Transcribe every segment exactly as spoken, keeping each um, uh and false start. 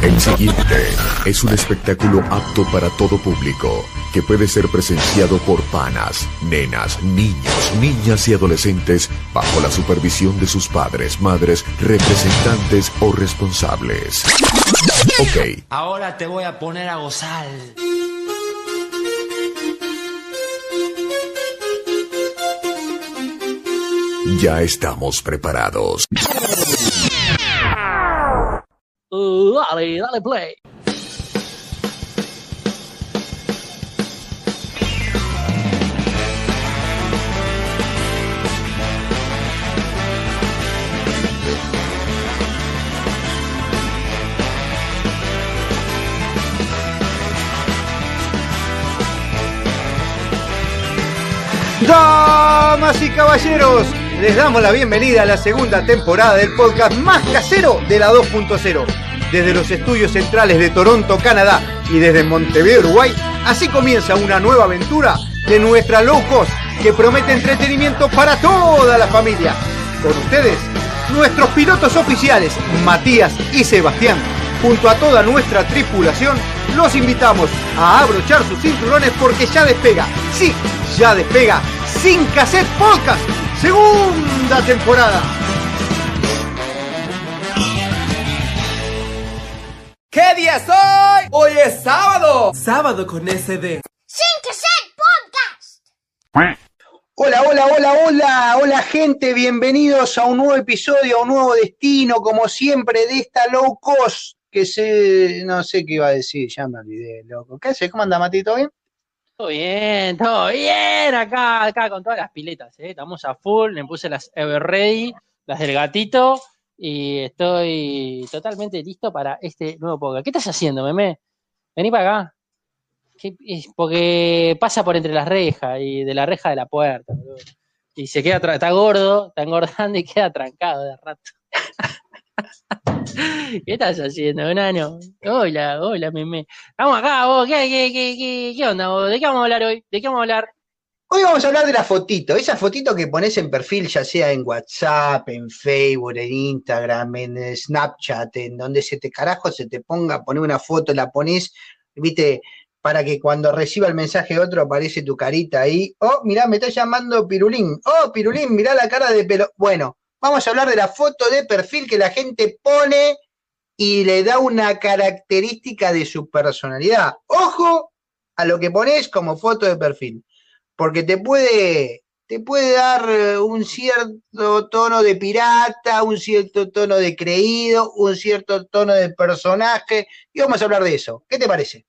El siguiente es un espectáculo apto para todo público, que puede ser presenciado por panas, nenas, niños, niñas y adolescentes bajo la supervisión de sus padres, madres, representantes o responsables. Ok. Ahora te voy a poner a gozar. Ya estamos preparados. Uh, dale, dale play. Damas y caballeros, les damos la bienvenida a la segunda temporada del podcast más casero de la dos punto cero. Desde los estudios centrales de Toronto, Canadá, y desde Montevideo, Uruguay, así comienza una nueva aventura de nuestra low cost que promete entretenimiento para toda la familia. Con ustedes, nuestros pilotos oficiales, Matías y Sebastián. Junto a toda nuestra tripulación, los invitamos a abrochar sus cinturones porque ya despega, sí, ya despega, Sin Cassette Podcast, segunda temporada. ¿Qué día es hoy? Hoy es sábado. Sábado con S D. Sin Cassette Podcast. Hola, hola, hola, hola, hola gente, bienvenidos a un nuevo episodio, a un nuevo destino, como siempre, de esta low cost, que se, no sé qué iba a decir, ya me olvidé, loco. ¿Qué haces? ¿Cómo anda, Mati? ¿Todo bien? Todo bien, todo bien, acá, acá con todas las piletas, ¿eh? Estamos a full, me puse las Ever Ready, las del gatito, y estoy totalmente listo para este nuevo podcast. ¿Qué estás haciendo, meme? Vení para acá. ¿Qué, porque pasa por entre las rejas, y de la reja de la puerta, boludo. Y se queda, tra- está gordo, está engordando y queda trancado de rato. ¿Qué estás haciendo, enano? Hola, hola, meme. Vamos acá, vos, ¿qué, qué, qué, qué, qué onda, vos? ¿De qué vamos a hablar hoy? ¿De qué vamos a hablar? Hoy vamos a hablar de la fotito, esa fotito que pones en perfil, ya sea en WhatsApp, en Facebook, en Instagram, en Snapchat, en donde se te carajo se te ponga, poner una foto, la pones, viste, para que cuando reciba el mensaje de otro aparece tu carita ahí. Oh, mirá, me está llamando Pirulín. Oh, Pirulín, mirá la cara de pelo. Bueno, vamos a hablar de la foto de perfil que la gente pone y le da una característica de su personalidad. Ojo a lo que pones como foto de perfil, porque te puede, te puede dar un cierto tono de pirata, un cierto tono de creído, un cierto tono de personaje, y vamos a hablar de eso. ¿Qué te parece?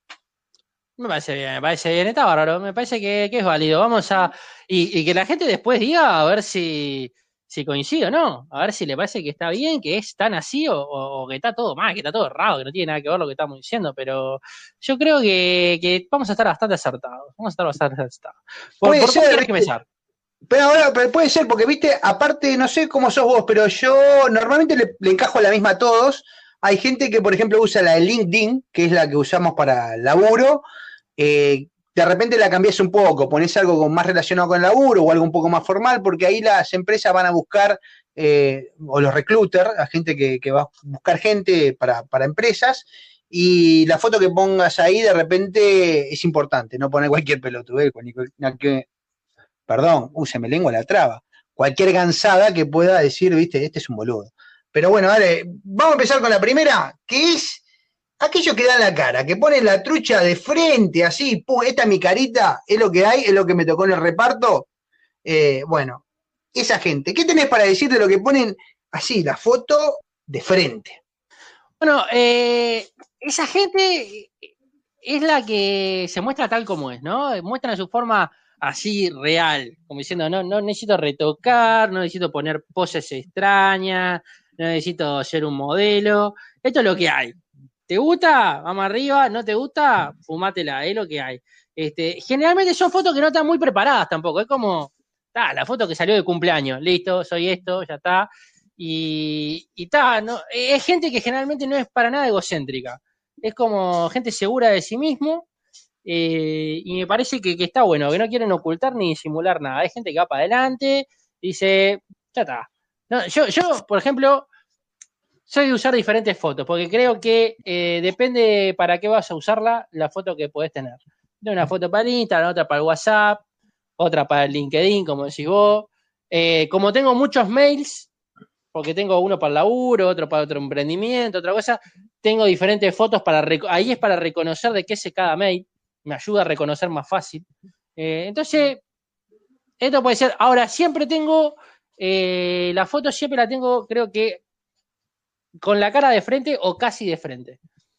Me parece bien, me parece bien, está bárbaro, me parece que, que es válido. Vamos a. Y, y que la gente después diga a ver si, si coincide o no, a ver si le parece que está bien, que es tan así, o, o que está todo mal, que está todo errado, que no tiene nada que ver lo que estamos diciendo, pero yo creo que, que vamos a estar bastante acertados. Vamos a estar bastante acertados. ¿Por, Puede ¿por ser, dónde querés ¿viste? empezar? Pero ahora pero puede ser, porque viste, aparte, no sé cómo sos vos, pero yo normalmente le, le encajo la misma a todos. Hay gente que, por ejemplo, usa la de LinkedIn, que es la que usamos para laburo. Eh, de repente la cambiás un poco, pones algo con más relacionado con el laburo o algo un poco más formal, porque ahí las empresas van a buscar, eh, o los recruiters, a gente que, que va a buscar gente para, para empresas, y la foto que pongas ahí de repente es importante, no poner cualquier pelotudez, cualquier, perdón, uh, se me lengua la traba, cualquier gansada que pueda decir, viste, este es un boludo. Pero bueno, dale, vamos a empezar con la primera, que es aquello que da la cara, que pone la trucha de frente, así, pum, esta es mi carita, es lo que hay, es lo que me tocó en el reparto. Eh, bueno, esa gente, ¿qué tenés para decir de lo que ponen así, la foto de frente? Bueno, eh, esa gente es la que se muestra tal como es, ¿no? Muestran su forma así real, como diciendo, no, no necesito retocar, no necesito poner poses extrañas, no necesito ser un modelo, esto es lo que hay. ¿Te gusta? Vamos arriba. ¿No te gusta? Fumátela, es lo que hay. Este, generalmente son fotos que no están muy preparadas tampoco. Es como, ta, la foto que salió de cumpleaños. Listo, soy esto, ya está. Y, y ta, no, es gente que generalmente no es para nada egocéntrica. Es como gente segura de sí mismo. Eh, y me parece que, que está bueno, que no quieren ocultar ni disimular nada. Hay gente que va para adelante, dice, ya está. No, yo, yo, por ejemplo, soy de usar diferentes fotos, porque creo que eh, depende para qué vas a usarla, la foto que podés tener. De una foto para el Instagram, otra para el WhatsApp, otra para el LinkedIn, como decís vos. Eh, como tengo muchos mails, porque tengo uno para el laburo, otro para otro emprendimiento, otra cosa, tengo diferentes fotos para, ahí es para reconocer de qué es cada mail, me ayuda a reconocer más fácil. Eh, entonces, esto puede ser, ahora siempre tengo, eh, la foto siempre la tengo, creo que, con la cara de frente o casi de frente.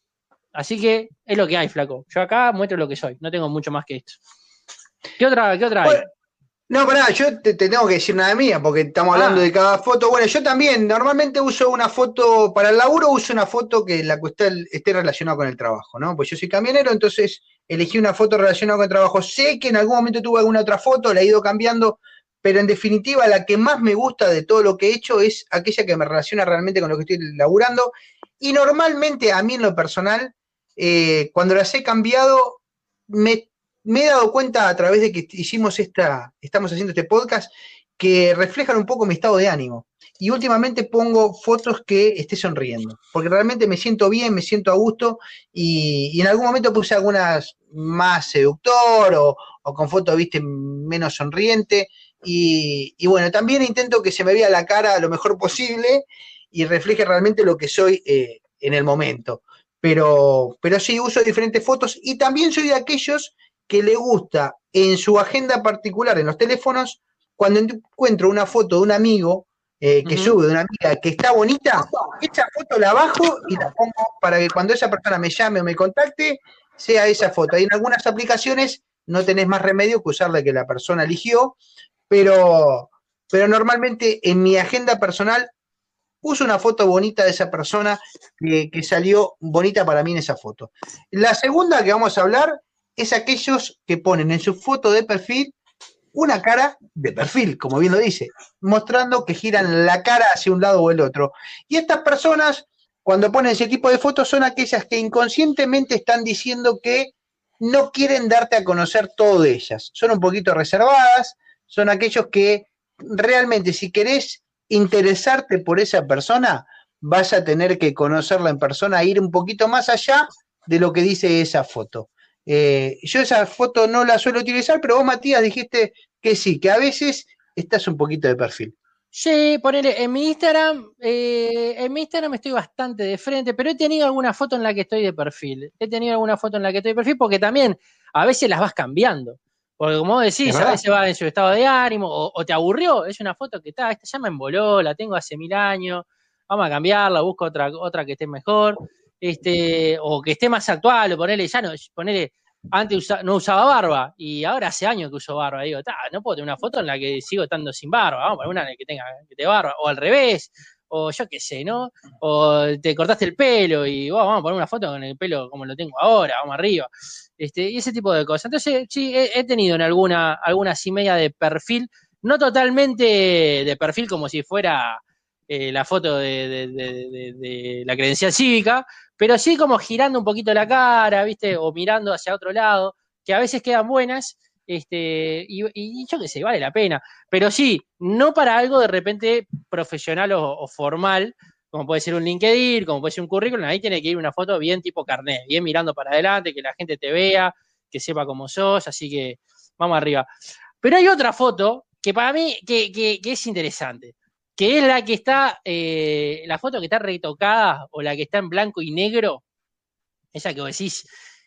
Así que es lo que hay, flaco. Yo acá muestro lo que soy, no tengo mucho más que esto. ¿Qué otra, qué otra hay? Bueno, no, pará, yo te, te tengo que decir nada mía, porque estamos hablando Ah. de cada foto. Bueno, yo también, normalmente uso una foto, para el laburo uso una foto que la cuestión esté relacionada con el trabajo, ¿no? Pues yo soy camionero, entonces elegí una foto relacionada con el trabajo. Sé que en algún momento tuve alguna otra foto, la he ido cambiando, pero en definitiva la que más me gusta de todo lo que he hecho es aquella que me relaciona realmente con lo que estoy laburando. Y normalmente a mí en lo personal, eh, cuando las he cambiado, me, me he dado cuenta a través de que hicimos esta, estamos haciendo este podcast, que reflejan un poco mi estado de ánimo. Y últimamente pongo fotos que esté sonriendo, porque realmente me siento bien, me siento a gusto, y, y en algún momento puse algunas más seductor o, o con fotos, viste, menos sonriente. Y, y bueno, también intento que se me vea la cara lo mejor posible y refleje realmente lo que soy eh, en el momento. Pero, pero sí, uso diferentes fotos y también soy de aquellos que le gusta en su agenda particular, en los teléfonos, cuando encuentro una foto de un amigo eh, que uh-huh. sube, de una amiga que está bonita, esa foto la bajo y la pongo para que cuando esa persona me llame o me contacte, sea esa foto. Y en algunas aplicaciones no tenés más remedio que usar la que la persona eligió, Pero, pero normalmente en mi agenda personal uso una foto bonita de esa persona que, que salió bonita para mí en esa foto. La segunda que vamos a hablar es aquellos que ponen en su foto de perfil una cara de perfil, como bien lo dice, mostrando que giran la cara hacia un lado o el otro. Y estas personas, cuando ponen ese tipo de fotos, son aquellas que inconscientemente están diciendo que no quieren darte a conocer todo de ellas. Son un poquito reservadas, son aquellos que realmente si querés interesarte por esa persona, vas a tener que conocerla en persona, ir un poquito más allá de lo que dice esa foto. Eh, yo esa foto no la suelo utilizar, pero vos, Matías, dijiste que sí, que a veces estás un poquito de perfil. Sí, ponele, en mi Instagram, eh, en mi Instagram estoy bastante de frente, pero he tenido alguna foto en la que estoy de perfil. He tenido alguna foto en la que estoy de perfil porque también a veces las vas cambiando. Porque como vos decís, a veces va en su estado de ánimo, o, o te aburrió, es una foto que está, esta ya me emboló, la tengo hace mil años, vamos a cambiarla, busco otra, otra que esté mejor, este, o que esté más actual, o ponele, ya no, ponele, antes usa, no usaba barba, y ahora hace años que uso barba, digo, no puedo tener una foto en la que sigo estando sin barba, vamos a poner una que tenga, que te barba, o al revés, o yo qué sé, ¿no? O te cortaste el pelo y oh, vamos a poner una foto con el pelo como lo tengo ahora, vamos arriba. Este, y ese tipo de cosas. Entonces, sí, he, he tenido en alguna, alguna así media de perfil, no totalmente de perfil como si fuera eh, la foto de, de, de, de, de la credencial cívica, pero sí como girando un poquito la cara, ¿viste? O mirando hacia otro lado, que a veces quedan buenas. Este, y, y yo qué sé, vale la pena, pero sí, no para algo de repente profesional o, o formal, como puede ser un LinkedIn, como puede ser un currículum, ahí tiene que ir una foto bien tipo carnet, bien mirando para adelante, que la gente te vea, que sepa cómo sos, así que vamos arriba. Pero hay otra foto que para mí que, que, que es interesante, que es la que está, eh, la foto que está retocada o la que está en blanco y negro, esa que vos decís,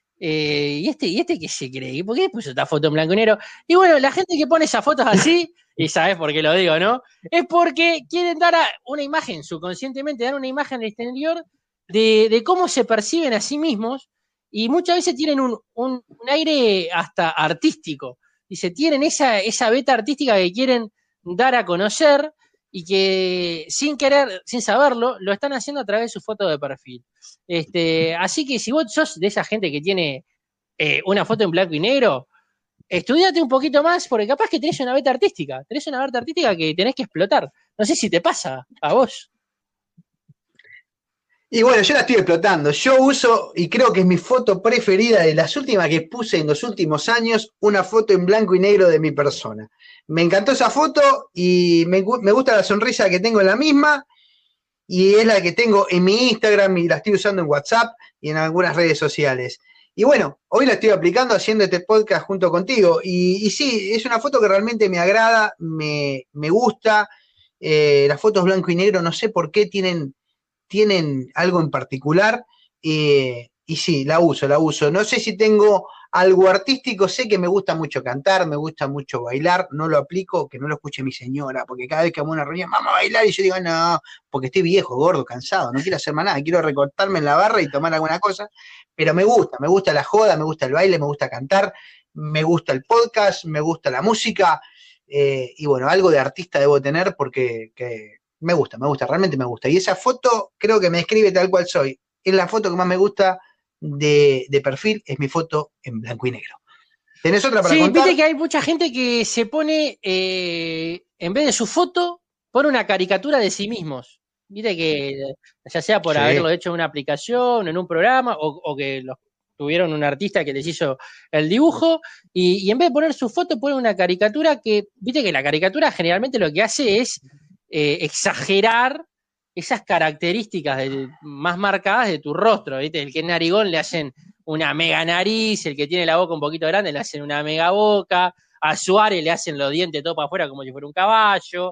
Eh, ¿y este, y este qué se cree? ¿Por qué puso esta foto en blanco y negro? Y bueno, la gente que pone esas fotos así, y sabes por qué lo digo, ¿no? Es porque quieren dar a una imagen, subconscientemente dar una imagen al exterior de, de cómo se perciben a sí mismos, y muchas veces tienen un, un, un aire hasta artístico. Dice, tienen esa, esa beta artística que quieren dar a conocer y que sin querer, sin saberlo, lo están haciendo a través de su foto de perfil. Este, así que si vos sos de esa gente que tiene eh, una foto en blanco y negro, estudiate un poquito más, porque capaz que tenés una beta artística, tenés una beta artística que tenés que explotar. No sé si te pasa a vos. Y bueno, yo la estoy explotando. Yo uso, y creo que es mi foto preferida de las últimas que puse en los últimos años, una foto en blanco y negro de mi persona. Me encantó esa foto y me, me gusta la sonrisa que tengo en la misma. y es la que tengo en mi Instagram y la estoy usando en WhatsApp y en algunas redes sociales. Y bueno, hoy la estoy aplicando haciendo este podcast junto contigo. Y, y sí, es una foto que realmente me agrada, me, me gusta. Eh, las fotos blanco y negro, no sé por qué tienen, tienen algo en particular. Eh, y sí, la uso, la uso. No sé si tengo algo artístico, sé que me gusta mucho cantar, me gusta mucho bailar, no lo aplico, que no lo escuche mi señora, porque cada vez que vamos a una reunión, vamos a bailar, y yo digo, no, porque estoy viejo, gordo, cansado, no quiero hacer más nada, quiero recortarme en la barra y tomar alguna cosa, pero me gusta, me gusta la joda, me gusta el baile, me gusta cantar, me gusta el podcast, me gusta la música, eh, y bueno, algo de artista debo tener porque que me gusta, me gusta, realmente me gusta. Y esa foto creo que me describe tal cual soy. Es la foto que más me gusta de, de perfil, es mi foto en blanco y negro. ¿Tenés otra para sí, contar? viste que hay mucha gente que se pone, eh, en vez de su foto, pone una caricatura de sí mismos. Viste que ya sea por Sí. haberlo hecho en una aplicación, en un programa, o, o que los, tuvieron un artista que les hizo el dibujo, y, y en vez de poner su foto, pone una caricatura que, viste que la caricatura generalmente lo que hace es eh, exagerar esas características de, más marcadas de tu rostro, ¿viste? El que es narigón le hacen una mega nariz, el que tiene la boca un poquito grande le hacen una mega boca, a Suárez le hacen los dientes todo para afuera como si fuera un caballo,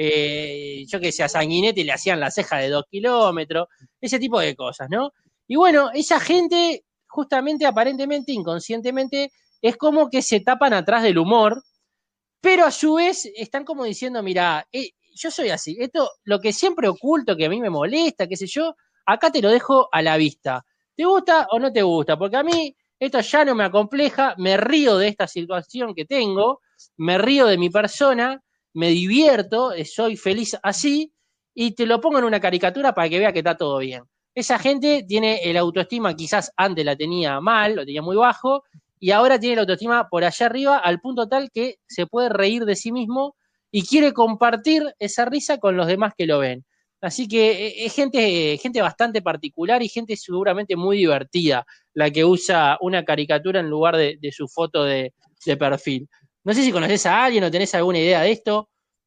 eh, yo que sé, a Sanguinetti le hacían la ceja de dos kilómetros, ese tipo de cosas, ¿no? Y bueno, esa gente, justamente, aparentemente, inconscientemente, es como que se tapan atrás del humor, pero a su vez están como diciendo, mira, eh, yo soy así, esto, lo que siempre oculto, que a mí me molesta, qué sé yo, acá te lo dejo a la vista. ¿Te gusta o no te gusta? Porque a mí esto ya no me acompleja, me río de esta situación que tengo, me río de mi persona, me divierto, soy feliz así, y te lo pongo en una caricatura para que vea que está todo bien. Esa gente tiene el autoestima, quizás antes la tenía mal, lo tenía muy bajo, y ahora tiene la autoestima por allá arriba, al punto tal que se puede reír de sí mismo y quiere compartir esa risa con los demás que lo ven. Así que es gente, gente bastante particular y gente seguramente muy divertida la que usa una caricatura en lugar de, de su foto de, de perfil. No sé si conoces a alguien o tenés alguna idea de esto.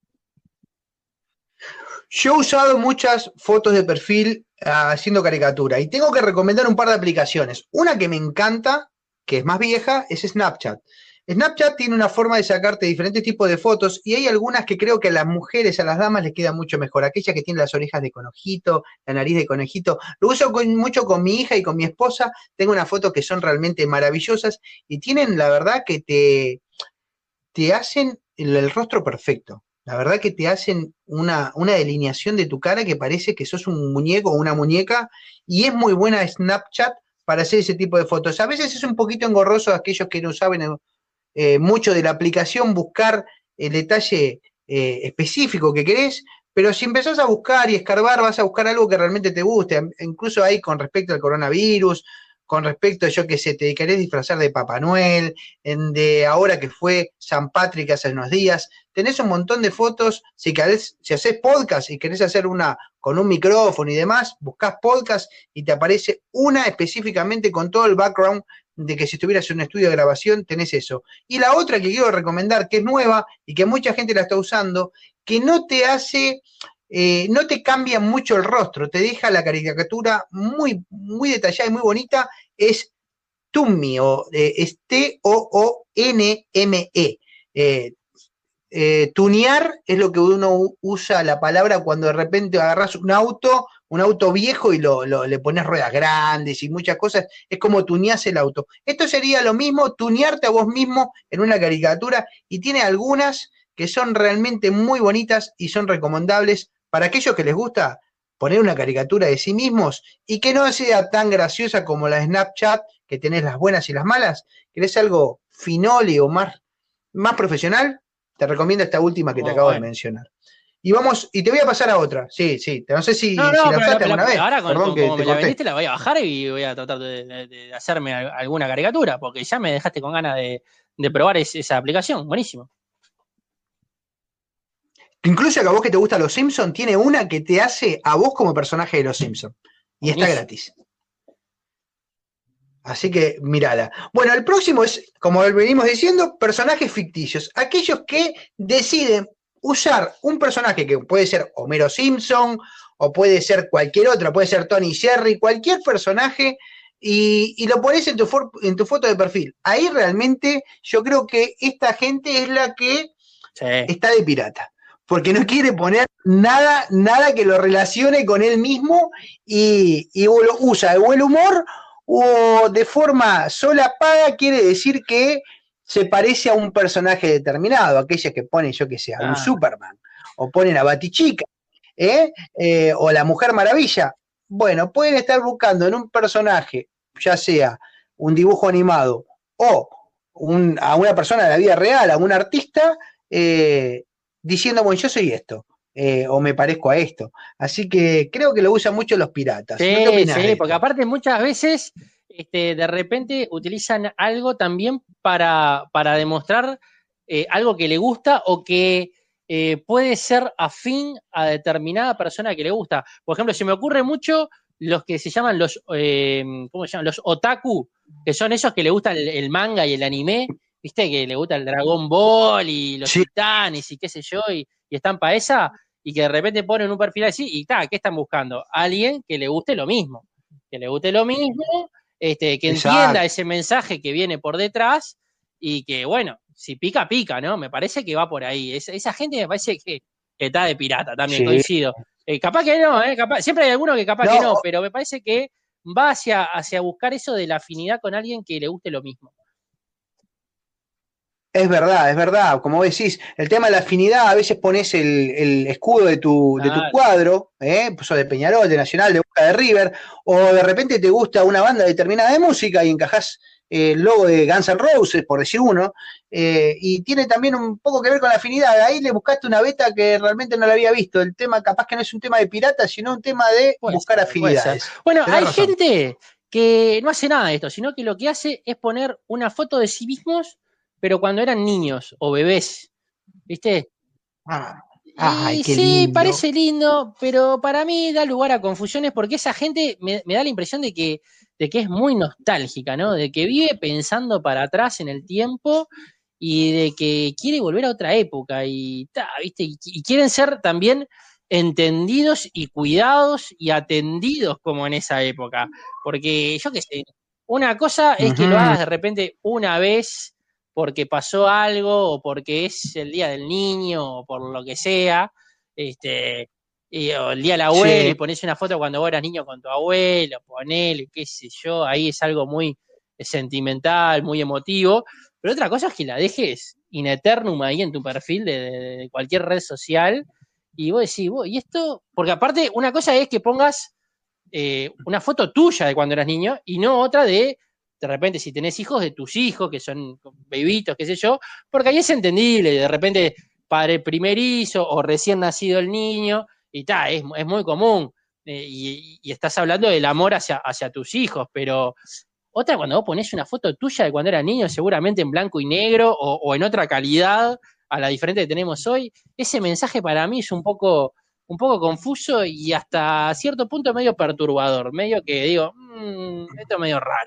Yo he usado muchas fotos de perfil uh, haciendo caricatura y tengo que recomendar un par de aplicaciones. Una que me encanta, que es más vieja, es Snapchat. Snapchat tiene una forma de sacarte diferentes tipos de fotos y hay algunas que creo que a las mujeres, a las damas les queda mucho mejor. Aquella que tiene las orejas de conejito, la nariz de conejito. Lo uso con, mucho con mi hija y con mi esposa. Tengo unas fotos que son realmente maravillosas y tienen, la verdad, que te, te hacen el, el rostro perfecto. La verdad que te hacen una, una delineación de tu cara que parece que sos un muñeco o una muñeca y es muy buena Snapchat para hacer ese tipo de fotos. A veces es un poquito engorroso a aquellos que no saben Eh, mucho de la aplicación, buscar el detalle eh, específico que querés, pero si empezás a buscar y escarbar, vas a buscar algo que realmente te guste, incluso ahí con respecto al coronavirus, con respecto a, yo que sé, te querés disfrazar de Papá Noel, en de ahora que fue San Patrick hace unos días, tenés un montón de fotos, si querés, si haces podcast y querés hacer una con un micrófono y demás, buscás podcast y te aparece una específicamente con todo el background de que si estuvieras en un estudio de grabación tenés eso. Y la otra que quiero recomendar, que es nueva y que mucha gente la está usando, que no te hace, eh, no te cambia mucho el rostro, te deja la caricatura muy, muy detallada y muy bonita, es Tummi, o eh, es T O O N M E. Eh, eh, tunear es lo que uno usa la palabra cuando de repente agarras un auto, un auto viejo y lo, lo, le pones ruedas grandes y muchas cosas, es como tuneás el auto. Esto sería lo mismo, tunearte a vos mismo en una caricatura, y tiene algunas que son realmente muy bonitas y son recomendables para aquellos que les gusta poner una caricatura de sí mismos y que no sea tan graciosa como la de Snapchat, que tenés las buenas y las malas. ¿Querés algo finole o más, más profesional? Te recomiendo esta última que te Oh, acabo bueno. de mencionar. Y vamos, y te voy a pasar a otra. Sí, sí. No sé si, No, si no, la pero usaste la- alguna la- vez. ahora con, Perdón con- que como te me la corté. vendiste la voy a bajar y voy a tratar de, de- de hacerme al- alguna caricatura, porque ya me dejaste con ganas de, de probar es- esa aplicación. Buenísimo. Incluso que a vos que te gustan los Simpsons, tiene una que te hace a vos como personaje de los Simpsons. Y está Buenísimo. gratis. Así que mirala. Bueno, el próximo es, como venimos diciendo, personajes ficticios. Aquellos que deciden usar un personaje que puede ser Homero Simpson, o puede ser cualquier otro, puede ser Tony Jerry, cualquier personaje, y, y lo pones en tu, for, en tu foto de perfil. Ahí realmente yo creo que esta gente es la que sí. está de pirata, porque no quiere poner nada, nada que lo relacione con él mismo, y, y lo usa o el humor, o de forma solapada quiere decir que se parece a un personaje determinado, aquellas que ponen, yo que sé, a un ah. Superman, o ponen a Batichica, ¿eh? Eh, o la Mujer Maravilla. Bueno, pueden estar buscando en un personaje, ya sea un dibujo animado o un, a una persona de la vida real, a un artista, eh, diciendo, bueno, yo soy esto, eh, o me parezco a esto. Así que creo que lo usan mucho los piratas. Sí, ¿no te sí, porque aparte muchas veces este, de repente utilizan algo también para, para demostrar eh, algo que le gusta o que eh, puede ser afín a determinada persona que le gusta. Por ejemplo, se me ocurre mucho los que se llaman los, eh, ¿cómo se llaman? Los otaku, que son esos que le gusta el, el manga y el anime, ¿viste? Que le gusta el Dragon Ball y los sí. Titanes y qué sé yo, y, y están para esa, y que de repente ponen un perfil así, y ta, ¿qué están buscando? Alguien que le guste lo mismo, que le guste lo mismo, este, que Exacto. entienda ese mensaje que viene por detrás, y que, bueno, si pica, pica, ¿no? Me parece que va por ahí. Esa, esa gente me parece que, que está de pirata también, sí. coincido. Eh, capaz que no, eh, capaz, siempre hay alguno que capaz no. que no, pero me parece que va hacia, hacia buscar eso de la afinidad con alguien que le guste lo mismo. Es verdad, es verdad, como decís, el tema de la afinidad, a veces pones el, el escudo de tu, claro. de tu cuadro, ¿eh? Pues de Peñarol, de Nacional, de Boca, de River, o de repente te gusta una banda determinada de música y encajás el logo de Guns N' Roses, por decir uno, eh, y tiene también un poco que ver con la afinidad. Ahí le buscaste una beta que realmente no la había visto. El tema capaz que no es un tema de pirata, sino un tema de puede buscar ser, afinidades. Bueno, hay razón. Gente que no hace nada de esto, sino que lo que hace es poner una foto de sí mismos, pero cuando eran niños o bebés, ¿viste? Ah, ay, y qué sí, lindo. Parece lindo, pero para mí da lugar a confusiones porque esa gente me, me da la impresión de que de que es muy nostálgica, ¿no? De que vive pensando para atrás en el tiempo y de que quiere volver a otra época y, ta, ¿viste? Y, y quieren ser también entendidos y cuidados y atendidos como en esa época. Porque, yo qué sé, una cosa es uh-huh. que lo hagas de repente una vez porque pasó algo o porque es el día del niño o por lo que sea, este... Y, o el día del abuelo, sí. y ponés una foto cuando vos eras niño con tu abuelo, ponele, qué sé yo, ahí es algo muy sentimental, muy emotivo, pero otra cosa es que la dejes in eternum ahí en tu perfil de, de, de cualquier red social, y vos decís, vos, y esto, porque aparte una cosa es que pongas eh, una foto tuya de cuando eras niño, y no otra de, de repente, si tenés hijos, de tus hijos, que son bebitos, qué sé yo, porque ahí es entendible, de repente padre primerizo, o recién nacido el niño, y ta, es, es muy común, eh, y, y estás hablando del amor hacia, hacia tus hijos, pero otra cuando vos ponés una foto tuya de cuando eras niño, seguramente en blanco y negro, o, o en otra calidad, a la diferente que tenemos hoy, ese mensaje para mí es un poco, un poco confuso y hasta cierto punto medio perturbador, medio que digo, mmm, esto es medio raro.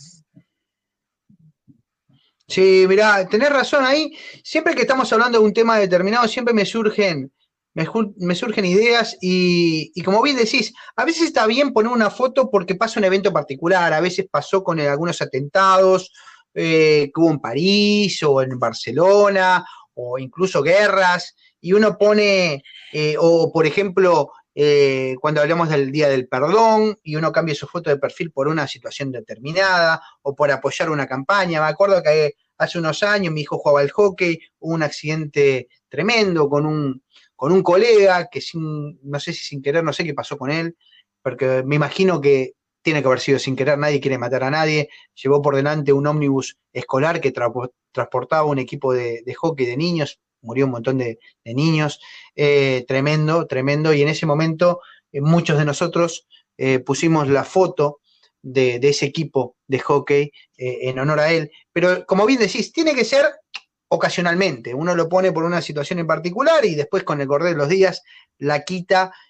Sí, mirá, tenés razón ahí, siempre que estamos hablando de un tema determinado, siempre me surgen Me, me surgen ideas y, y como bien decís, a veces está bien poner una foto porque pasa un evento particular, a veces pasó con algunos atentados eh, que hubo en París o en Barcelona o incluso guerras, y uno pone, eh, o por ejemplo, eh, cuando hablamos del Día del Perdón y uno cambia su foto de perfil por una situación determinada o por apoyar una campaña. Me acuerdo que hace unos años mi hijo jugaba al hockey, hubo un accidente tremendo con un con un colega que sin, no sé si sin querer, no sé qué pasó con él, porque me imagino que tiene que haber sido sin querer, nadie quiere matar a nadie, llevó por delante un ómnibus escolar que tra transportaba un equipo de, de hockey de niños, murió un montón de, de niños, eh, tremendo, tremendo, y en ese momento eh, muchos de nosotros eh, pusimos la foto de, de ese equipo de hockey eh, en honor a él, pero como bien decís, tiene que ser ocasionalmente, uno lo pone por una situación en particular y después con el correr de los días la quita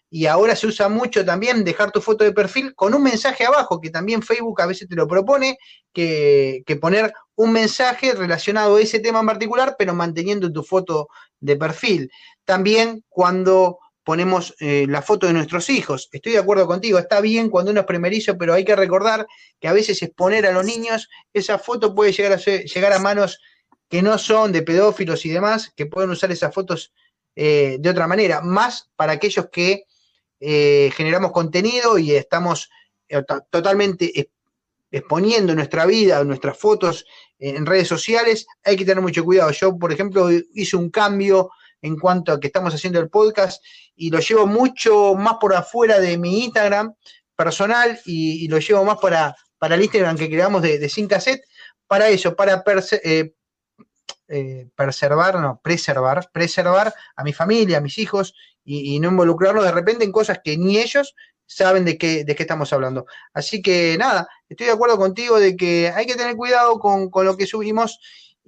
y ahora se usa mucho también dejar tu foto de perfil con un mensaje abajo, que también Facebook a veces te lo propone, que, que poner un mensaje relacionado a ese tema en particular, pero manteniendo tu foto de perfil. También cuando ponemos eh, la foto de nuestros hijos. Estoy de acuerdo contigo, está bien cuando uno es primerizo, pero hay que recordar que a veces exponer a los niños, esa foto puede llegar a, ser, llegar a manos que no son de pedófilos y demás, que pueden usar esas fotos eh, de otra manera, más para aquellos que eh, generamos contenido y estamos eh, to- totalmente exponiendo nuestra vida, nuestras fotos en redes sociales, hay que tener mucho cuidado. Yo, por ejemplo, hice un cambio en cuanto a que estamos haciendo el podcast y lo llevo mucho más por afuera de mi Instagram personal y, y lo llevo más para, para el Instagram que creamos de, de Sin Cassette, para eso, para perse, eh, eh, preservar, no, preservar, preservar a mi familia, a mis hijos y, y no involucrarlos de repente en cosas que ni ellos saben de qué, de qué estamos hablando. Así que nada, estoy de acuerdo contigo de que hay que tener cuidado con, con lo que subimos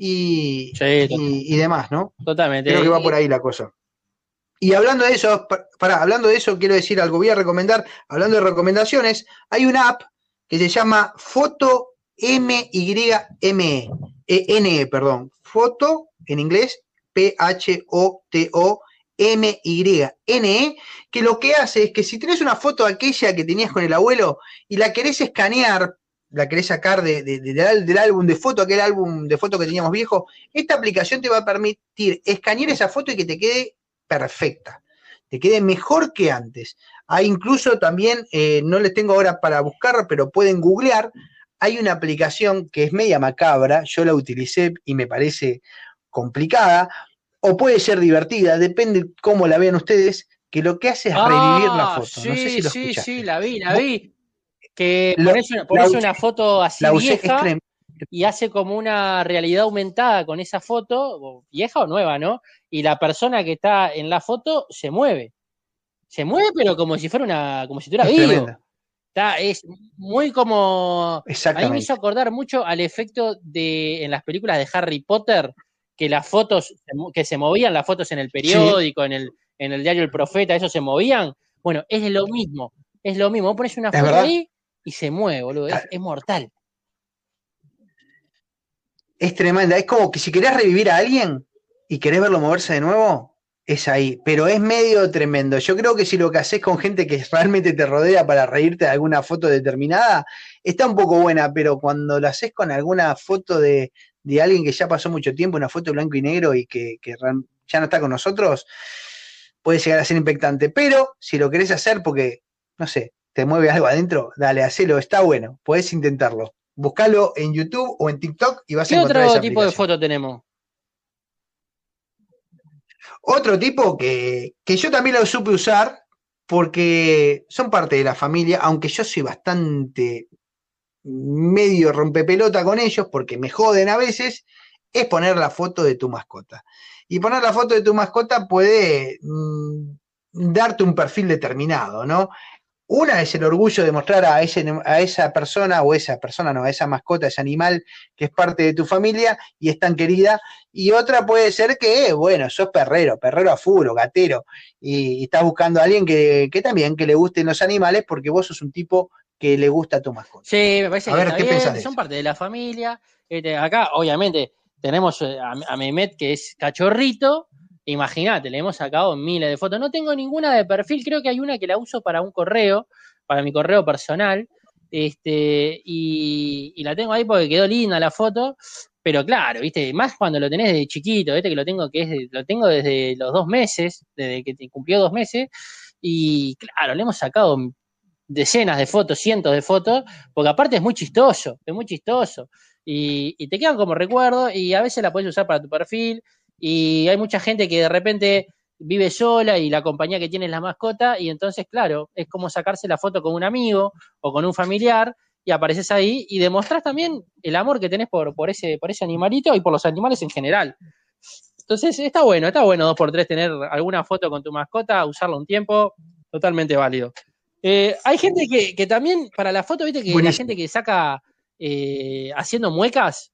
y, Sí, y, y demás, ¿no? totalmente. Creo que va por ahí la cosa. Y hablando de eso, para, hablando de eso, quiero decir algo, voy a recomendar, hablando de recomendaciones, hay una app que se llama Foto M Y M E, eh, N E, perdón, Foto, en inglés, P H O T O M Y N E, que lo que hace es que si tenés una foto aquella que tenías con el abuelo y la querés escanear, la querés sacar de, de, de, del, del álbum de foto, aquel álbum de foto que teníamos viejo, esta aplicación te va a permitir escanear esa foto y que te quede perfecta, te quede mejor que antes. Hay incluso también, eh, no les tengo ahora para buscar, pero pueden googlear, hay una aplicación que es media macabra, yo la utilicé y me parece complicada, o puede ser divertida, depende cómo la vean ustedes, que lo que hace es revivir ah, la foto. Sí, no sé si lo sí, escuchaste. sí, la vi, la vi. Que Lo, pones una, pones una foto así la usé, vieja es y hace como una realidad aumentada con esa foto, vieja o nueva, ¿no? Y la persona que está en la foto se mueve. Se mueve, pero como si fuera una, como si estuviera es vivo. tremenda. Está, es muy como. A mí me Exactamente. hizo acordar mucho al efecto de en las películas de Harry Potter, que las fotos, que se movían las fotos en el periódico, sí. en, el, en el diario El Profeta, eso se movían. Bueno, es lo mismo, es lo mismo. Vos pones una ¿Es foto verdad? ahí y se mueve, boludo, es, es mortal. Es tremenda, es como que si querés revivir a alguien y querés verlo moverse de nuevo, es ahí, pero es medio tremendo. Yo creo que si lo que haces con gente que realmente te rodea para reírte de alguna foto determinada, está un poco buena, pero cuando lo haces con alguna foto de, de alguien que ya pasó mucho tiempo, una foto blanco y negro y que, que ya no está con nosotros, puede llegar a ser impactante. Pero si lo querés hacer porque, no sé, te mueve algo adentro, dale, hacelo, está bueno, podés intentarlo. Buscalo en YouTube o en TikTok y vas a encontrar esa aplicación. ¿Qué otro tipo de foto tenemos? Otro tipo que, que yo también lo supe usar porque son parte de la familia, aunque yo soy bastante medio rompepelota con ellos porque me joden a veces, es poner la foto de tu mascota. Y poner la foto de tu mascota puede mmm, darte un perfil determinado, ¿no? Una es el orgullo de mostrar a, ese, a esa persona, o esa persona no, a esa mascota, ese animal que es parte de tu familia y es tan querida. Y otra puede ser que, bueno, sos perrero, perrero a full, o gatero, y, y estás buscando a alguien que, que también que le gusten los animales porque vos sos un tipo que le gusta a tu mascota. Sí, me parece a que ver, está ¿qué bien, pensás de son eso? parte de la familia. Este, acá, obviamente, tenemos a, a Mehmet, que es cachorrito. Imagínate, le hemos sacado miles de fotos. No tengo ninguna de perfil, creo que hay una que la uso para un correo, para mi correo personal, este, y, y la tengo ahí porque quedó linda la foto, pero claro, viste, más cuando lo tenés desde chiquito, viste que lo tengo que es, lo tengo desde los dos meses, desde que cumplió dos meses, y claro, le hemos sacado decenas de fotos, cientos de fotos, porque aparte es muy chistoso, es muy chistoso, y, y te quedan como recuerdo, y a veces la puedes usar para tu perfil. Y hay mucha gente que de repente vive sola y la compañía que tiene es la mascota y entonces, claro, es como sacarse la foto con un amigo o con un familiar y apareces ahí y demostrás también el amor que tenés por, por, ese, por ese animalito y por los animales en general. Entonces, está bueno, está bueno dos por tres tener alguna foto con tu mascota, usarla un tiempo, totalmente válido. Eh, hay gente que, que también, para la foto, viste que Buenísimo. La gente que saca eh, haciendo muecas,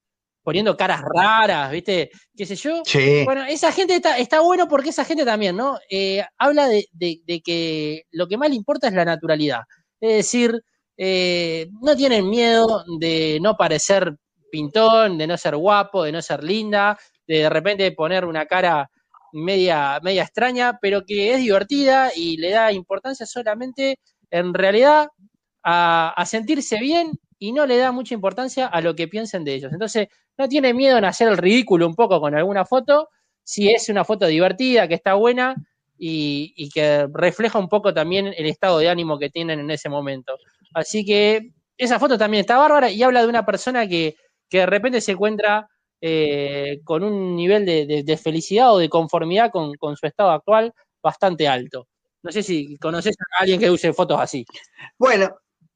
poniendo caras raras, ¿viste? ¿Qué sé yo? Sí. Bueno, esa gente está, está bueno porque esa gente también, ¿no? Eh, habla de, de, de que lo que más le importa es la naturalidad. Es decir, eh, no tienen miedo de no parecer pintón, de no ser guapo, de no ser linda, de de repente poner una cara media, media extraña, pero que es divertida y le da importancia solamente, en realidad, a, a sentirse bien y no le da mucha importancia a lo que piensen de ellos. Entonces, no tiene miedo en hacer el ridículo un poco con alguna foto, si es una foto divertida, que está buena y, y que refleja un poco también el estado de ánimo que tienen en ese momento. Así que esa foto también está bárbara y habla de una persona que, que de repente se encuentra eh, con un nivel de, de, de felicidad o de conformidad con, con su estado actual bastante alto. No sé si conoces a alguien que use fotos así. Bueno,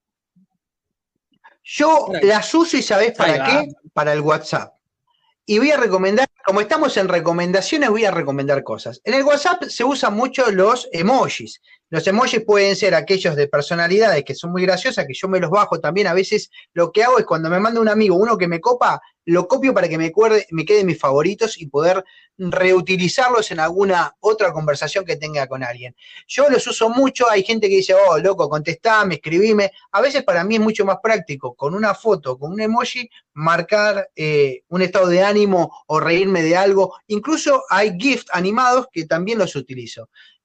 yo las uso y ¿sabés para qué? Para el WhatsApp. Y voy a recomendar, como estamos en recomendaciones, voy a recomendar cosas. En el WhatsApp se usan mucho los emojis. Los emojis pueden ser aquellos de personalidades que son muy graciosas, que yo me los bajo también. A veces lo que hago es cuando me manda un amigo, uno que me copa, lo copio para que me, acuerde, me queden mis favoritos y poder reutilizarlos en alguna otra conversación que tenga con alguien. Yo los uso mucho, hay gente que dice, oh, loco, contestame, escribime. A veces para mí es mucho más práctico, con una foto, con un emoji, marcar eh, un estado de ánimo o reírme de algo. Incluso hay GIFs animados que también los utilizo.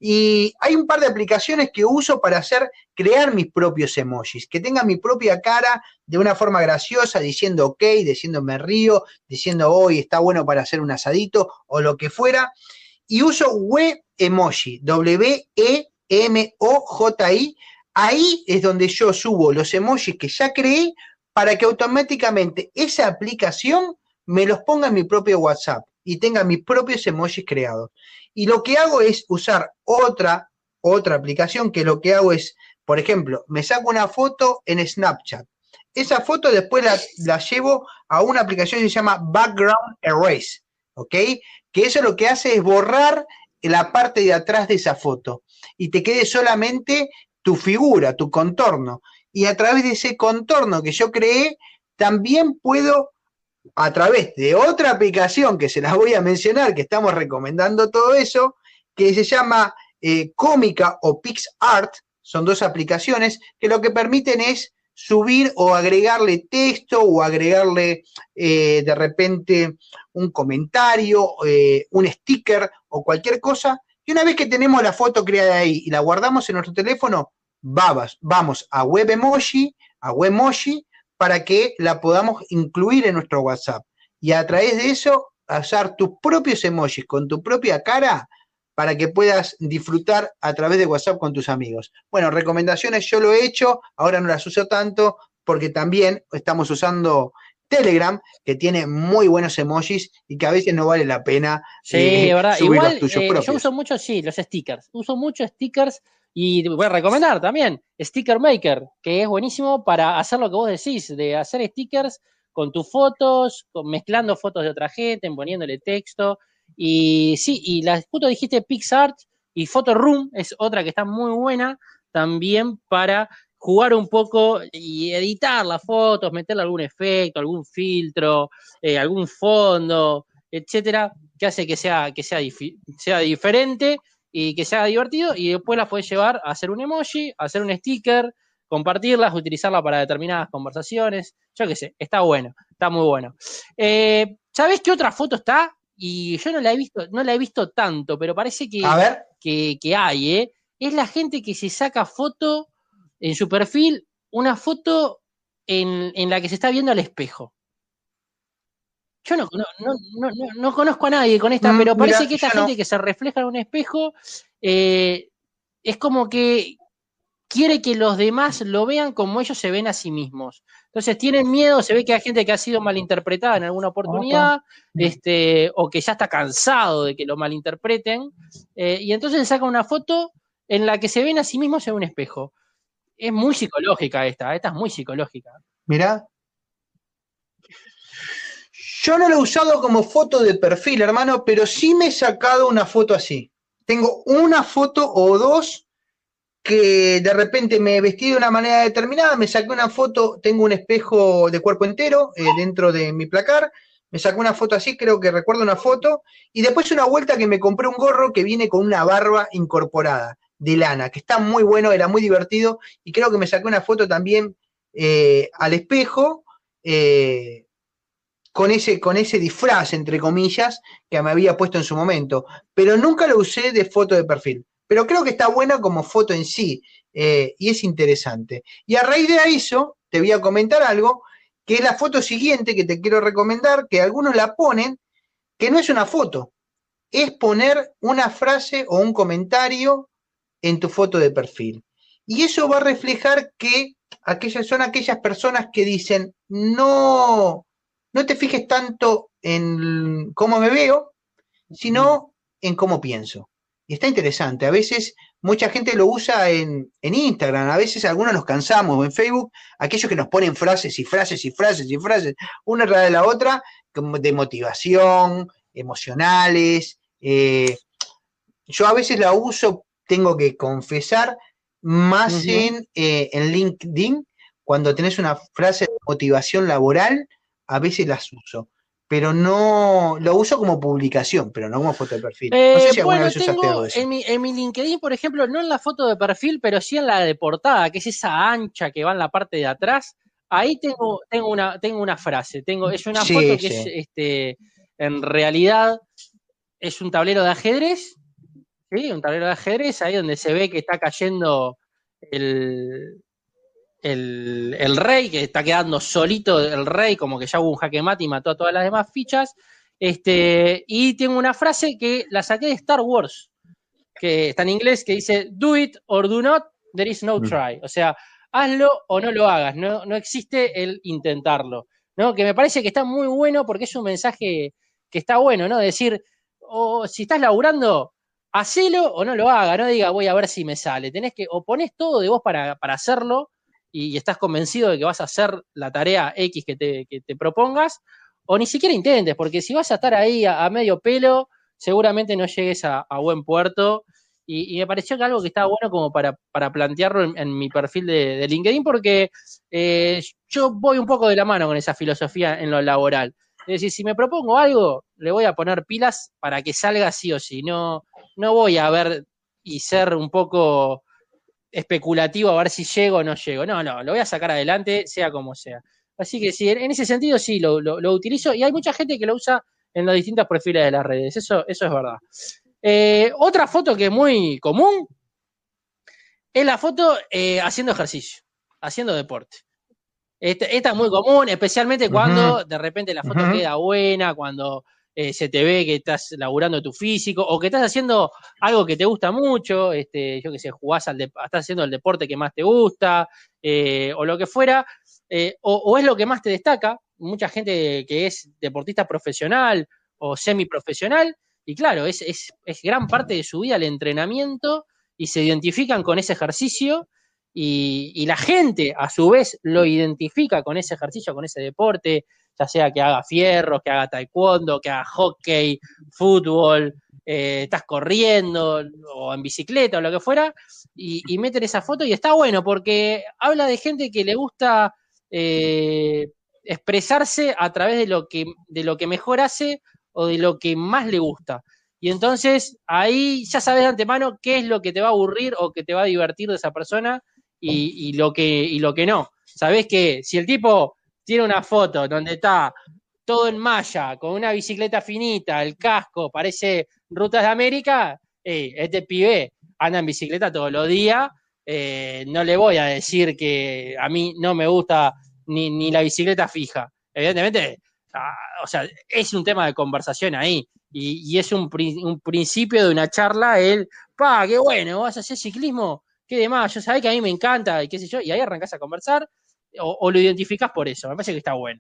Y hay un par de aplicaciones que uso para hacer, crear mis propios emojis, que tengan mi propia cara de una forma graciosa, diciendo ok, diciendo me río, diciendo hoy está bueno para hacer un asadito o lo que fuera. Y uso Wemoji, W E M O J I. Ahí es donde yo subo los emojis que ya creé para que automáticamente esa aplicación me los ponga en mi propio WhatsApp y tenga mis propios emojis creados. Y lo que hago es usar otra, otra aplicación que lo que hago es, por ejemplo, me saco una foto en Snapchat. Esa foto después la, la llevo a una aplicación que se llama Background Erase, ¿ok? Que eso lo que hace es borrar la parte de atrás de esa foto y te quede solamente tu figura, tu contorno. Y a través de ese contorno que yo creé, también puedo, a través de otra aplicación que se las voy a mencionar, que estamos recomendando todo eso, que se llama eh, Cómica o PixArt, son dos aplicaciones que lo que permiten es subir o agregarle texto o agregarle eh, de repente un comentario, eh, un sticker o cualquier cosa. Y una vez que tenemos la foto creada ahí y la guardamos en nuestro teléfono, vamos, vamos a Wemoji, a Wemoji, para que la podamos incluir en nuestro WhatsApp. Y a través de eso, usar tus propios emojis con tu propia cara para que puedas disfrutar a través de WhatsApp con tus amigos. Bueno, recomendaciones yo lo he hecho, ahora no las uso tanto porque también estamos usando Telegram, que tiene muy buenos emojis y que a veces no vale la pena sí, eh, ¿verdad? subir Igual, los tuyos eh, propios. yo uso mucho, sí, los stickers. Uso mucho stickers y voy a recomendar también Sticker Maker, que es buenísimo para hacer lo que vos decís, de hacer stickers con tus fotos, con, mezclando fotos de otra gente, poniéndole texto. Y sí, y la, justo dijiste PixArt y Photoroom es otra que está muy buena también para jugar un poco y editar las fotos, meterle algún efecto, algún filtro, eh, algún fondo, etcétera, que hace que sea, que sea, dif- sea diferente y que sea divertido, y después las puedes llevar a hacer un emoji, a hacer un sticker, compartirlas, utilizarla para determinadas conversaciones, yo qué sé, está bueno, está muy bueno. Eh, ¿Sabés qué otra foto está? Y yo no la he visto, no la he visto tanto, pero parece que, A ver. que, que hay, ¿eh? Es la gente que se saca foto en su perfil, una foto en, en la que se está viendo al espejo. Yo no, no, no, no, no, no conozco a nadie con esta, Mm, pero parece mira, que esta yo gente no. que se refleja en un espejo eh, es como que quiere que los demás lo vean como ellos se ven a sí mismos. Entonces tienen miedo, se ve que hay gente que ha sido malinterpretada en alguna oportunidad, este, o que ya está cansado de que lo malinterpreten, eh, y entonces se saca una foto en la que se ven a sí mismos en un espejo. Es muy psicológica esta, esta es muy psicológica. Mirá. Yo no lo he usado como foto de perfil, hermano, pero sí me he sacado una foto así. Tengo una foto o dos que de repente me vestí de una manera determinada, me saqué una foto, tengo un espejo de cuerpo entero eh, dentro de mi placar, me sacó una foto así, creo que recuerdo una foto, y después una vuelta que me compré un gorro que viene con una barba incorporada de lana, que está muy bueno, era muy divertido, y creo que me saqué una foto también eh, al espejo, eh, con ese, con ese disfraz, entre comillas, que me había puesto en su momento, pero nunca lo usé de foto de perfil. Pero creo que está buena como foto en sí, eh, y es interesante. Y a raíz de eso, te voy a comentar algo, que es la foto siguiente que te quiero recomendar, que algunos la ponen, que no es una foto, es poner una frase o un comentario en tu foto de perfil. Y eso va a reflejar que aquellas son aquellas personas que dicen, no, no te fijes tanto en cómo me veo, sino en cómo pienso. Y está interesante, a veces mucha gente lo usa en, en Instagram, a veces algunos nos cansamos, o en Facebook, aquellos que nos ponen frases y frases y frases y frases, una tras de la otra, de motivación, emocionales. Eh, yo a veces la uso, tengo que confesar, más uh-huh. en, eh, en LinkedIn, cuando tenés una frase de motivación laboral, a veces las uso. Pero no, lo uso como publicación, pero no como foto de perfil. Eh, no sé si alguna bueno, vez usaste tengo algo de eso. En mi, en mi LinkedIn, por ejemplo, no en la foto de perfil, pero sí en la de portada, que es esa ancha que va en la parte de atrás. Ahí tengo, tengo una, tengo una frase, tengo, es una sí, foto que sí. es, este, en realidad, es un tablero de ajedrez, ¿sí? Un tablero de ajedrez, ahí donde se ve que está cayendo el, el, el rey, que está quedando solito el rey, como que ya hubo un jaque mate y mató a todas las demás fichas. Este, y tengo una frase que la saqué de Star Wars, que está en inglés, que dice, do it or do not, there is no try. O sea, hazlo o no lo hagas, no, no existe el intentarlo, ¿no? Que me parece que está muy bueno porque es un mensaje que está bueno, ¿no? Decir, o si estás laburando, hacelo o no lo hagas, no diga voy a ver si me sale. Tenés que, o ponés todo de vos para, para hacerlo y, y estás convencido de que vas a hacer la tarea X que te, que te propongas, o ni siquiera intentes, porque si vas a estar ahí a, a medio pelo, seguramente no llegues a, a buen puerto. Y, y me pareció que algo que estaba bueno como para, para plantearlo en, en mi perfil de, de LinkedIn, porque eh, yo voy un poco de la mano con esa filosofía en lo laboral. Es decir, si me propongo algo, le voy a poner pilas para que salga sí o sí. No, no voy a ver y ser un poco especulativo a ver si llego o no llego. No, no, lo voy a sacar adelante, sea como sea. Así que sí, en ese sentido sí, lo, lo, lo utilizo, y hay mucha gente que lo usa en los distintos perfiles de las redes, eso, eso es verdad. Eh, otra foto que es muy común es la foto eh, haciendo ejercicio, haciendo deporte. Esta, esta es muy común, especialmente cuando uh-huh. de repente la foto uh-huh. queda buena, cuando eh, se te ve que estás laburando tu físico, o que estás haciendo algo que te gusta mucho, este, yo que sé, jugás al de, estás haciendo el deporte que más te gusta, eh, o lo que fuera, eh, o, o es lo que más te destaca. Mucha gente que es deportista profesional o semiprofesional, y claro, es, es, es gran parte de su vida el entrenamiento, y se identifican con ese ejercicio, y, y la gente a su vez lo identifica con ese ejercicio, con ese deporte, ya sea que haga fierro, que haga taekwondo, que haga hockey, fútbol, eh, estás corriendo o en bicicleta o lo que fuera, y, y meten esa foto, y está bueno porque habla de gente que le gusta eh, expresarse a través de lo que, de lo que mejor hace o de lo que más le gusta. Y entonces ahí ya sabes de antemano qué es lo que te va a aburrir o que te va a divertir de esa persona y, y, lo, que, y lo que no. Sabés que si el tipo tiene una foto donde está todo en malla, con una bicicleta finita, el casco, parece Rutas de América, hey, este pibe anda en bicicleta todos los días, eh, no le voy a decir que a mí no me gusta ni, ni la bicicleta fija. Evidentemente, ah, o sea, es un tema de conversación ahí, y, y es un, un principio de una charla, el, pa, qué bueno, vas a hacer ciclismo, qué demás, yo sabés que a mí me encanta, y qué sé yo, y ahí arrancás a conversar, o, o lo identificás por eso, me parece que está bueno.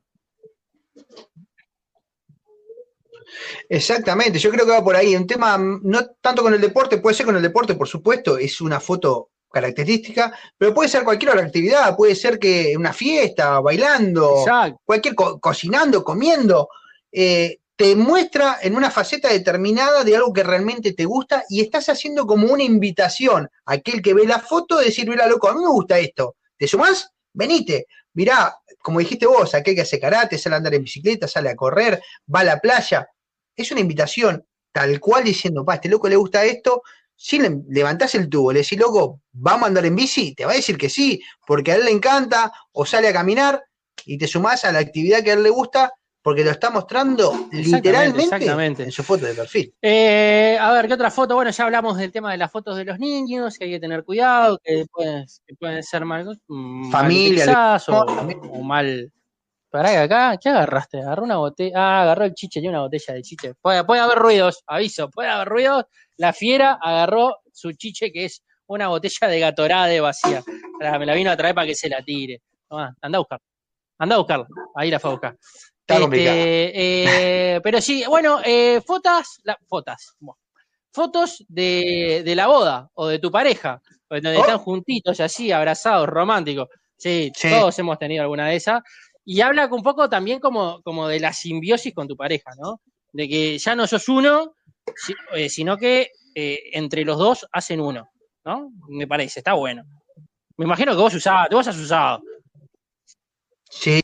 Exactamente, yo creo que va por ahí, un tema no tanto con el deporte, puede ser con el deporte, por supuesto, es una foto característica, pero puede ser cualquier otra actividad, puede ser que una fiesta, bailando, exacto, cualquier co cocinando, comiendo, eh, te muestra en una faceta determinada de algo que realmente te gusta, y estás haciendo como una invitación a aquel que ve la foto de decir, mira loco, a mí me gusta esto, ¿te sumás? Venite, mirá, como dijiste vos, aquel que hace karate, sale a andar en bicicleta, sale a correr, va a la playa. Es una invitación tal cual diciendo, pa, a este loco le gusta esto. Si le levantás el tubo, le decís, loco, vamos a andar en bici, te va a decir que sí, porque a él le encanta, o sale a caminar y te sumás a la actividad que a él le gusta, porque lo está mostrando Exactamente, literalmente exactamente. en su foto de perfil. Eh, a ver, ¿qué otra foto? Bueno, ya hablamos del tema de las fotos de los niños, que hay que tener cuidado, que pueden, que pueden ser mal, mal Familia, utilizadas o, también. o mal. Pará que acá, ¿qué agarraste? Agarró una botella. Ah, agarró el chiche, tiene una botella de chiche. Puede, puede haber ruidos, aviso, puede haber ruidos. La fiera agarró su chiche, que es una botella de Gatorade vacía. Me la vino a traer para que se la tire. Tomá, anda a buscarla. Anda a buscarla. Ahí la fue a buscar. Está complicado. Este, eh, pero sí, bueno, eh, fotos, la, fotos, bueno, fotos de, de la boda o de tu pareja, donde Oh. están juntitos y así, abrazados, románticos. Sí, Sí. todos hemos tenido alguna de esas. Y habla un poco también como, como de la simbiosis con tu pareja, ¿no? De que ya no sos uno, si, eh, sino que eh, entre los dos hacen uno, ¿no? Me parece, está bueno. Me imagino que vos usabas, vos has usado. Sí.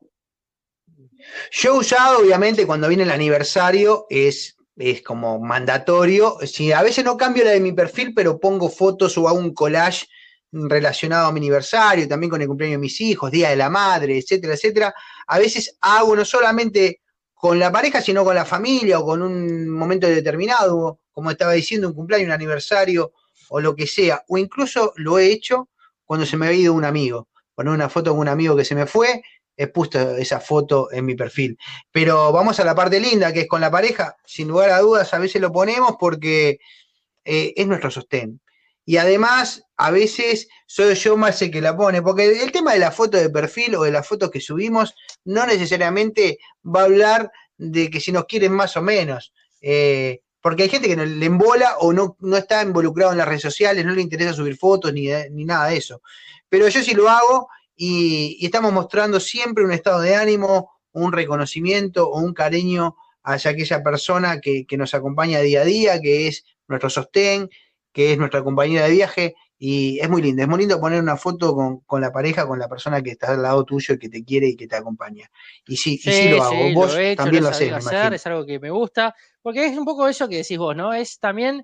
Yo he usado, obviamente, cuando viene el aniversario, es, es como mandatorio. Si a veces no cambio la de mi perfil, pero pongo fotos o hago un collage relacionado a mi aniversario, también con el cumpleaños de mis hijos, Día de la Madre, etcétera, etcétera. A veces hago no solamente con la pareja, sino con la familia o con un momento determinado, como estaba diciendo, un cumpleaños, un aniversario o lo que sea. O incluso lo he hecho cuando se me ha ido un amigo. Poner una foto con un amigo que se me fue, he puesto esa foto en mi perfil. Pero vamos a la parte linda, que es con la pareja. Sin lugar a dudas, a veces lo ponemos porque eh, es nuestro sostén. Y además, a veces soy yo más el que la pone, porque el tema de la foto de perfil o de las fotos que subimos no necesariamente va a hablar de que si nos quieren más o menos. Eh, porque hay gente que no le embola o no, no está involucrado en las redes sociales, no le interesa subir fotos ni, ni nada de eso. Pero yo sí lo hago y, y estamos mostrando siempre un estado de ánimo, un reconocimiento o un cariño hacia aquella persona que, que nos acompaña día a día, que es nuestro sostén, que es nuestra compañera de viaje, y es muy lindo, es muy lindo poner una foto con, con la pareja, con la persona que está al lado tuyo y que te quiere y que te acompaña. Y sí, Sí, y sí lo hago. sí, Vos lo he hecho, también lo lo he hacés, sabido me hacer, imagino. es algo que me gusta, porque es un poco eso que decís vos, ¿no? Es también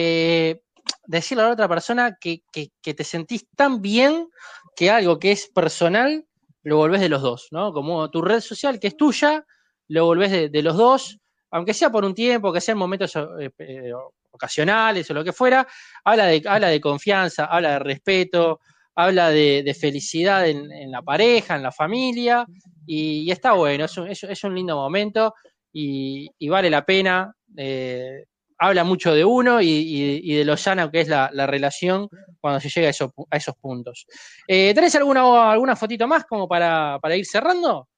eh, decirle a la otra persona que, que, que te sentís tan bien que algo que es personal lo volvés de los dos, ¿no? Como tu red social que es tuya, lo volvés de, de los dos, aunque sea por un tiempo, que sea en momentos eh, eh, ocasionales o lo que fuera, habla de, habla de confianza, habla de respeto, habla de, de felicidad en, en la pareja, en la familia, y, y está bueno, es un, es, es un lindo momento y, y vale la pena. Eh, habla mucho de uno y, y, y de lo sana que es la, la relación cuando se llega a, eso, a esos puntos. Eh, ¿Tenés alguna, alguna fotito más como para, para ir cerrando?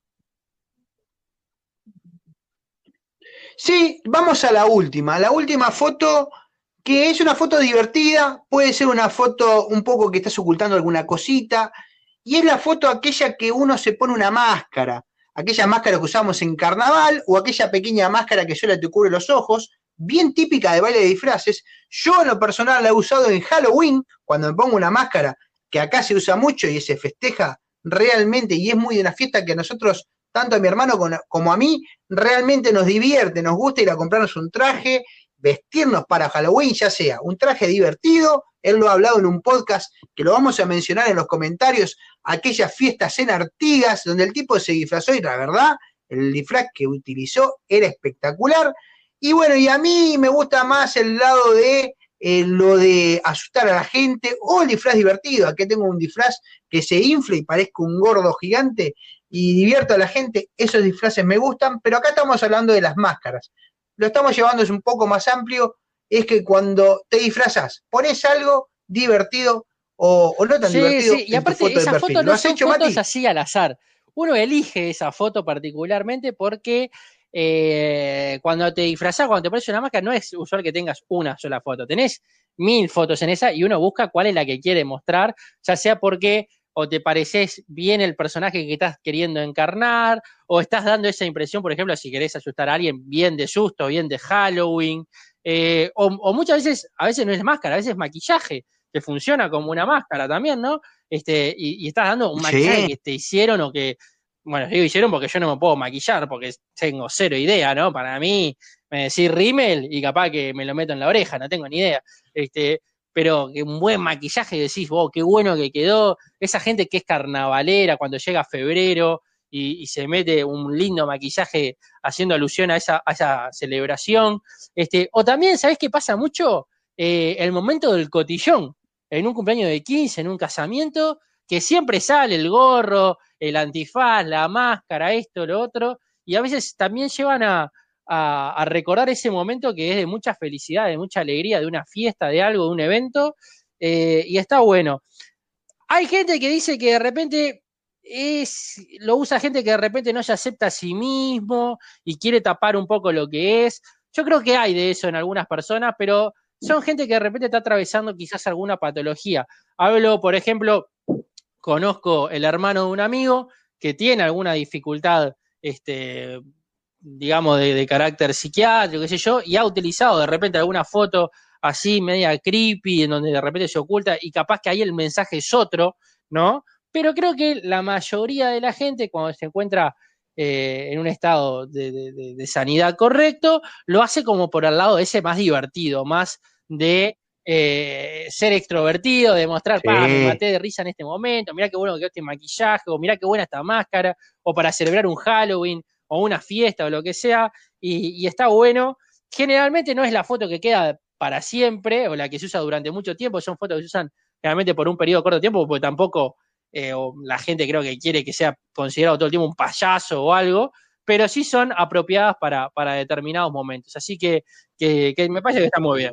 Sí, vamos a la última. La última foto, que es una foto divertida, puede ser una foto un poco que estás ocultando alguna cosita, y es la foto aquella que uno se pone una máscara, aquella máscara que usamos en carnaval o aquella pequeña máscara que solo te cubre los ojos, bien típica de baile de disfraces. Yo en lo personal la he usado en Halloween, cuando me pongo una máscara, que acá se usa mucho y se festeja realmente, y es muy de una fiesta que a nosotros, tanto a mi hermano como a mí, realmente nos divierte, nos gusta ir a comprarnos un traje, vestirnos para Halloween, ya sea un traje divertido, él lo ha hablado en un podcast que lo vamos a mencionar en los comentarios, aquellas fiestas en Artigas, donde el tipo se disfrazó y la verdad, el disfraz que utilizó era espectacular. Y bueno, y a mí me gusta más el lado de eh, lo de asustar a la gente o el disfraz divertido. Aquí tengo un disfraz que se infla y parezca un gordo gigante y divierto a la gente. Esos disfraces me gustan, pero acá estamos hablando de las máscaras. Lo estamos llevando, es un poco más amplio, es que cuando te disfrazas, pones algo divertido o, o no tan sí, divertido sí. Y en tu aparte, foto esas de perfil. fotos ¿Lo no has son hecho, fotos Mati? así al azar. Uno elige esa foto particularmente porque eh, cuando te disfrazás, cuando te pones una máscara, no es usual que tengas una sola foto. Tenés mil fotos en esa y uno busca cuál es la que quiere mostrar, ya sea porque o te pareces bien el personaje que estás queriendo encarnar, o estás dando esa impresión, por ejemplo, si querés asustar a alguien, bien de susto, bien de Halloween, eh, o, o muchas veces, a veces no es máscara, a veces es maquillaje. que funciona como una máscara también, ¿no? Este, y, y estás dando un maquillaje Sí. que te hicieron o que, bueno, digo hicieron porque yo no me puedo maquillar, porque tengo cero idea, ¿no? Para mí, me decís rímel y capaz que me lo meto en la oreja, no tengo ni idea. Este, pero que un buen maquillaje decís, wow, qué bueno que quedó. Esa gente que es carnavalera cuando llega febrero y, y se mete un lindo maquillaje haciendo alusión a esa, a esa celebración. Este, o también, ¿sabés qué pasa mucho? Eh, el momento del cotillón, en un cumpleaños de quince, en un casamiento, que siempre sale el gorro, el antifaz, la máscara, esto, lo otro, y a veces también llevan a, a, a recordar ese momento que es de mucha felicidad, de mucha alegría, de una fiesta, de algo, de un evento, eh, y está bueno. Hay gente que dice que de repente es, lo usa gente que de repente no se acepta a sí mismo y quiere tapar un poco lo que es. Yo creo que hay de eso en algunas personas, pero son gente que de repente está atravesando quizás alguna patología. Hablo, por ejemplo, conozco el hermano de un amigo que tiene alguna dificultad, este, digamos, de, de carácter psiquiátrico, qué sé yo, y ha utilizado de repente alguna foto así media creepy, en donde de repente se oculta, y capaz que ahí el mensaje es otro, ¿no? Pero creo que la mayoría de la gente, cuando se encuentra eh, en un estado de, de, de sanidad correcto, lo hace como por el lado ese más divertido, más de eh, ser extrovertido, de mostrar, Sí. pa, me maté de risa en este momento, mirá qué bueno que quedó este maquillaje, o mirá qué buena esta máscara, o para celebrar un Halloween, o una fiesta, o lo que sea, y, y está bueno. Generalmente no es la foto que queda para siempre, o la que se usa durante mucho tiempo, son fotos que se usan generalmente por un periodo corto de tiempo, porque tampoco eh, o la gente creo que quiere que sea considerado todo el tiempo un payaso o algo, pero sí son apropiadas para, para determinados momentos. Así que, que, que me parece que está muy bien.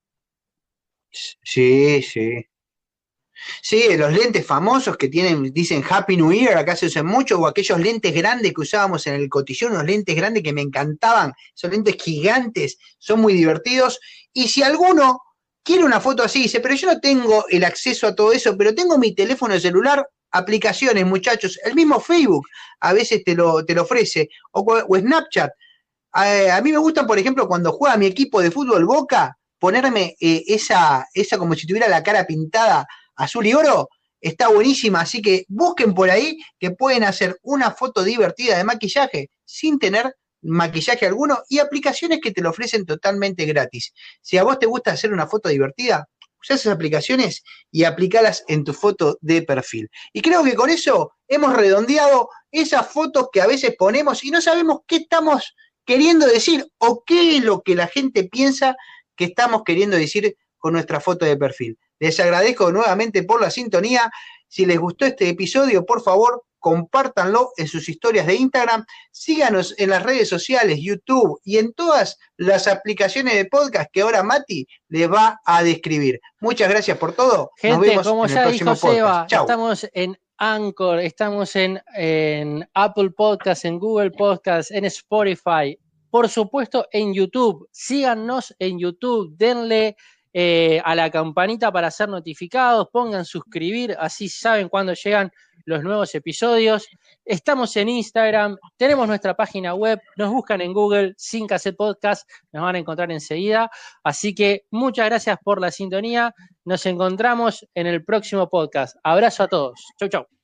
Sí, sí. Sí, los lentes famosos que tienen, dicen Happy New Year, acá se usan mucho, o aquellos lentes grandes que usábamos en el cotillón, unos lentes grandes que me encantaban, esos lentes gigantes, son muy divertidos. Y si alguno quiere una foto así, dice, pero yo no tengo el acceso a todo eso, pero tengo mi teléfono celular, aplicaciones, muchachos, el mismo Facebook a veces te lo, te lo ofrece, o, o Snapchat. A, a mí me gustan, por ejemplo, cuando juega mi equipo de fútbol Boca, ponerme eh, esa, esa como si tuviera la cara pintada azul y oro, está buenísima, así que busquen por ahí que pueden hacer una foto divertida de maquillaje sin tener maquillaje alguno y aplicaciones que te lo ofrecen totalmente gratis. Si a vos te gusta hacer una foto divertida, usá esas aplicaciones y aplicalas en tu foto de perfil. Y creo que con eso hemos redondeado esas fotos que a veces ponemos y no sabemos qué estamos queriendo decir o qué es lo que la gente piensa que estamos queriendo decir con nuestra foto de perfil. Les agradezco nuevamente por la sintonía. Si les gustó este episodio, por favor, compártanlo en sus historias de Instagram. Síganos en las redes sociales, YouTube y en todas las aplicaciones de podcast que ahora Mati les va a describir. Muchas gracias por todo. Gente, Nos vemos como en el ya próximo dijo podcast. Seba, Chau. estamos en Anchor, estamos en, en Apple Podcast, en Google Podcast, en Spotify, por supuesto en YouTube. Síganos en YouTube, denle eh, a la campanita para ser notificados, pongan suscribir, así saben cuando llegan los nuevos episodios. Estamos en Instagram, tenemos nuestra página web, nos buscan en Google, Sin Cassette Podcast, nos van a encontrar enseguida. Así que muchas gracias por la sintonía. Nos encontramos en el próximo podcast. Abrazo a todos. Chau, chau.